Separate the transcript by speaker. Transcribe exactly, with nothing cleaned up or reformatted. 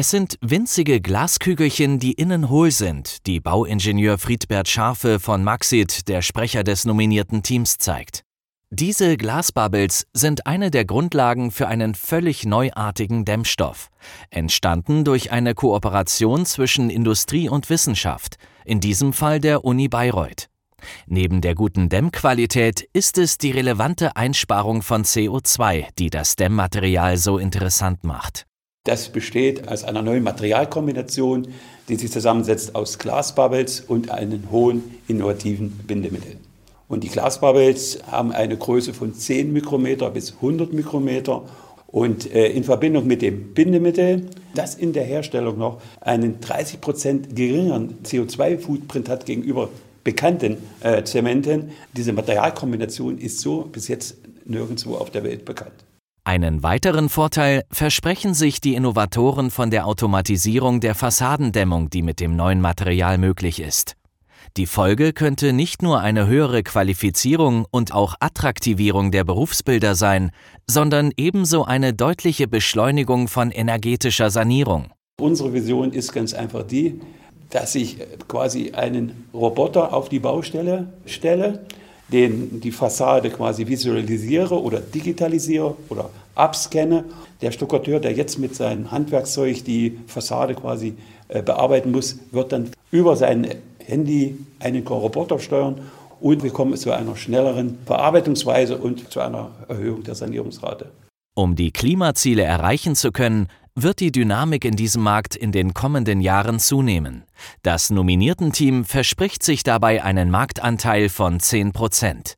Speaker 1: Es sind winzige Glaskügelchen, die innen hohl sind, die Bauingenieur Friedbert Scharfe von Maxit, der Sprecher des nominierten Teams, zeigt. Diese Glasbubbles sind eine der Grundlagen für einen völlig neuartigen Dämmstoff, entstanden durch eine Kooperation zwischen Industrie und Wissenschaft, in diesem Fall der Uni Bayreuth. Neben der guten Dämmqualität ist es die relevante Einsparung von C O zwei, die das Dämmmaterial so interessant macht.
Speaker 2: Das besteht aus einer neuen Materialkombination, die sich zusammensetzt aus Glasbubbles und einem hohen, innovativen Bindemittel. Und die Glasbubbles haben eine Größe von zehn Mikrometer bis hundert Mikrometer und äh, in Verbindung mit dem Bindemittel, das in der Herstellung noch einen dreißig Prozent geringeren C O zwei Footprint hat gegenüber bekannten äh, Zementen. Diese Materialkombination ist so bis jetzt nirgendwo auf der Welt bekannt.
Speaker 1: Einen weiteren Vorteil versprechen sich die Innovatoren von der Automatisierung der Fassadendämmung, die mit dem neuen Material möglich ist. Die Folge könnte nicht nur eine höhere Qualifizierung und auch Attraktivierung der Berufsbilder sein, sondern ebenso eine deutliche Beschleunigung von energetischer Sanierung.
Speaker 2: Unsere Vision ist ganz einfach die, dass ich quasi einen Roboter auf die Baustelle stelle, den die Fassade quasi visualisiere oder digitalisiere oder abscanne. Der Stuckateur, der jetzt mit seinem Handwerkszeug die Fassade quasi äh, bearbeiten muss, wird dann über sein Handy einen Roboter steuern und wir kommen zu einer schnelleren Verarbeitungsweise und zu einer Erhöhung der Sanierungsrate.
Speaker 1: Um die Klimaziele erreichen zu können, wird die Dynamik in diesem Markt in den kommenden Jahren zunehmen. Das Nominierten-Team verspricht sich dabei einen Marktanteil von zehn Prozent.